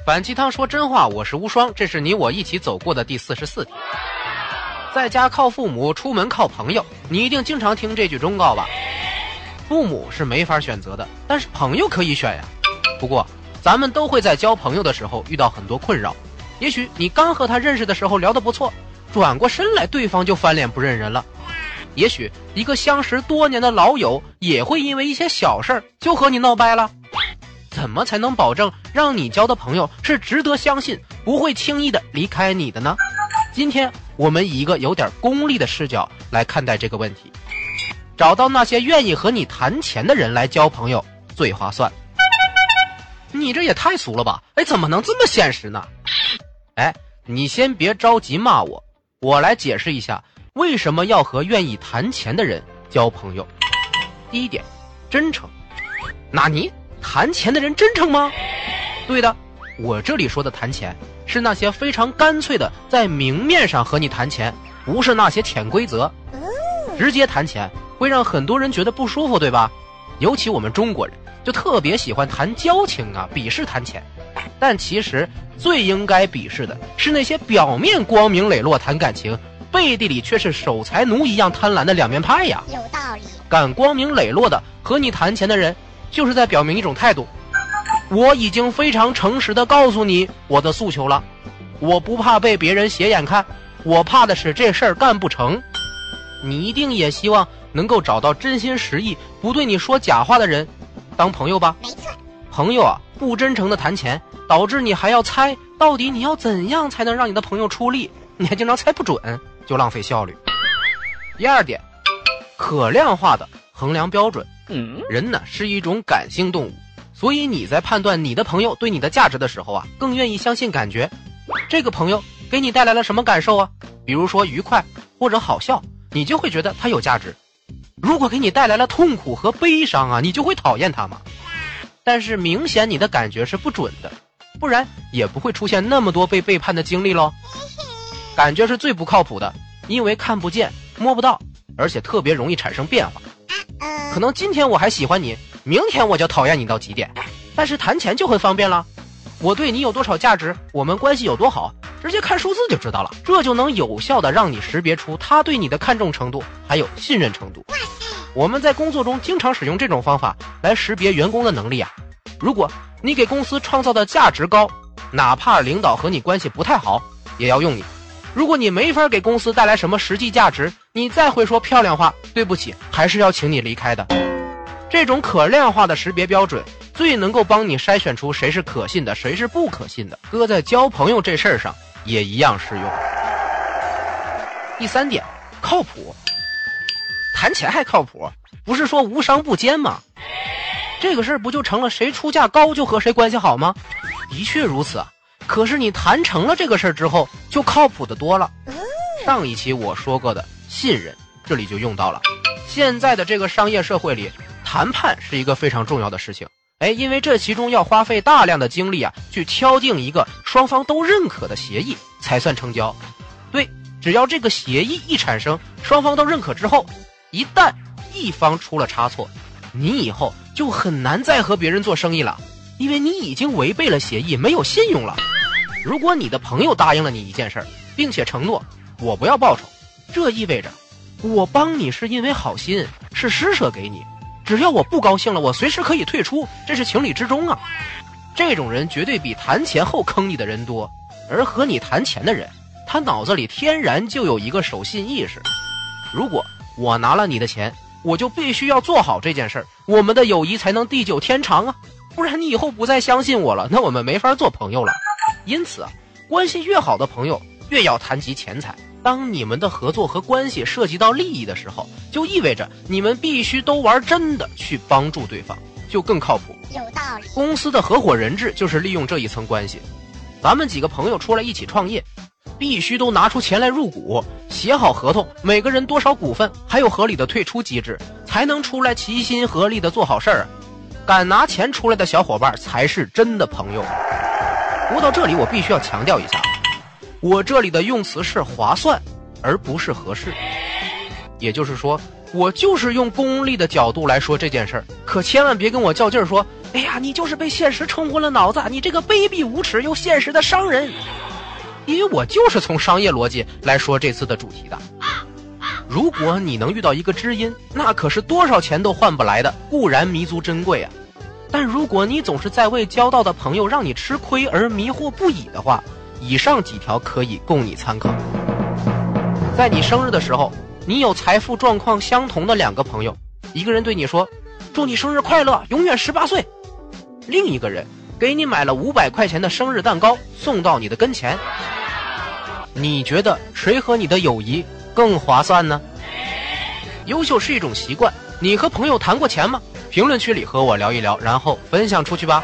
反鸡汤说真话，我是无双，这是你我一起走过的第44题。在家靠父母，出门靠朋友，你一定经常听这句忠告吧？父母是没法选择的，但是朋友可以选呀。不过咱们都会在交朋友的时候遇到很多困扰，也许你刚和他认识的时候聊得不错，转过身来对方就翻脸不认人了。也许一个相识多年的老友也会因为一些小事就和你闹掰了。怎么才能保证让你交的朋友是值得相信，不会轻易的离开你的呢？今天我们以一个有点功利的视角来看待这个问题，找到那些愿意和你谈钱的人来交朋友最划算。你这也太俗了吧，怎么能这么现实呢？你先别着急骂我，我来解释一下为什么要和愿意谈钱的人交朋友。第一点，真诚。那你谈钱的人真诚吗？对的，我这里说的谈钱是那些非常干脆的在明面上和你谈钱，不是那些潜规则。直接谈钱会让很多人觉得不舒服，对吧？尤其我们中国人就特别喜欢谈交情啊，鄙视谈钱。但其实最应该鄙视的是那些表面光明磊落谈感情，背地里却是守财奴一样贪婪的两面派呀。 有道理。 敢光明磊落的和你谈钱的人，就是在表明一种态度，我已经非常诚实的告诉你我的诉求了，我不怕被别人斜眼看，我怕的是这事儿干不成。你一定也希望能够找到真心实意不对你说假话的人当朋友吧？ 没错。 朋友啊，不真诚的谈钱，导致你还要猜到底你要怎样才能让你的朋友出力，你还经常猜不准，就浪费效率。第二点，可量化的衡量标准。人呢是一种感性动物，所以你在判断你的朋友对你的价值的时候啊，更愿意相信感觉。这个朋友给你带来了什么感受啊？比如说愉快或者好笑，你就会觉得他有价值。如果给你带来了痛苦和悲伤啊，你就会讨厌他嘛。但是明显你的感觉是不准的，不然也不会出现那么多被背叛的经历咯。感觉是最不靠谱的，因为看不见摸不到，而且特别容易产生变化。可能今天我还喜欢你，明天我就讨厌你到极点。但是谈钱就很方便了，我对你有多少价值，我们关系有多好，直接看数字就知道了，这就能有效的让你识别出他对你的看重程度还有信任程度。我们在工作中经常使用这种方法来识别员工的能力啊。如果你给公司创造的价值高，哪怕领导和你关系不太好也要用你。如果你没法给公司带来什么实际价值，你再会说漂亮话，对不起，还是要请你离开的。这种可量化的识别标准最能够帮你筛选出谁是可信的，谁是不可信的，搁在交朋友这事儿上也一样适用。第三点，靠谱。谈钱还靠谱，不是说无商不奸吗？这个事儿不就成了谁出价高就和谁关系好吗？的确如此啊，可是你谈成了这个事儿之后就靠谱的多了。上一期我说过的信任这里就用到了。现在的这个商业社会里，谈判是一个非常重要的事情，因为这其中要花费大量的精力啊，去敲定一个双方都认可的协议才算成交。对，只要这个协议一产生，双方都认可之后，一旦一方出了差错，你以后就很难再和别人做生意了，因为你已经违背了协议，没有信用了。如果你的朋友答应了你一件事儿，并且承诺我不要报酬，这意味着我帮你是因为好心，是施舍给你，只要我不高兴了，我随时可以退出，这是情理之中啊。这种人绝对比谈钱后坑你的人多，而和你谈钱的人，他脑子里天然就有一个守信意识。如果我拿了你的钱，我就必须要做好这件事儿，我们的友谊才能地久天长啊，不然你以后不再相信我了，那我们没法做朋友了。因此啊，关系越好的朋友越要谈及钱财。当你们的合作和关系涉及到利益的时候，就意味着你们必须都玩真的去帮助对方，就更靠谱。 有道理。 公司的合伙人制就是利用这一层关系。咱们几个朋友出来一起创业，必须都拿出钱来入股，写好合同，每个人多少股份，还有合理的退出机制，才能出来齐心合力的做好事儿啊。敢拿钱出来的小伙伴才是真的朋友。说到这里，我必须要强调一下，我这里的用词是划算，而不是合适。也就是说，我就是用功利的角度来说这件事儿，可千万别跟我较劲儿说哎呀，你就是被现实冲昏了脑子，你这个卑鄙无耻又现实的商人。因为我就是从商业逻辑来说这次的主题的。如果你能遇到一个知音，那可是多少钱都换不来的，固然弥足珍贵啊。但如果你总是在为交到的朋友让你吃亏而迷惑不已的话，以上几条可以供你参考。在你生日的时候，你有财富状况相同的2个朋友，一个人对你说祝你生日快乐，永远18岁，另一个人给你买了500块钱的生日蛋糕送到你的跟前，你觉得谁和你的友谊更划算呢？优秀是一种习惯，你和朋友谈过钱吗？评论区里和我聊一聊，然后分享出去吧。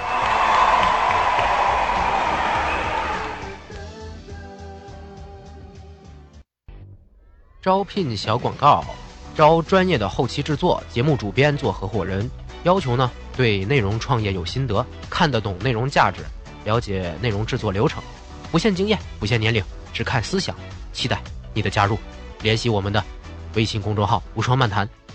招聘小广告，招专业的后期制作、节目主编做合伙人，要求呢对内容创业有心得，看得懂内容价值，了解内容制作流程，不限经验，不限年龄，只看思想，期待你的加入。联系我们的微信公众号无双漫谈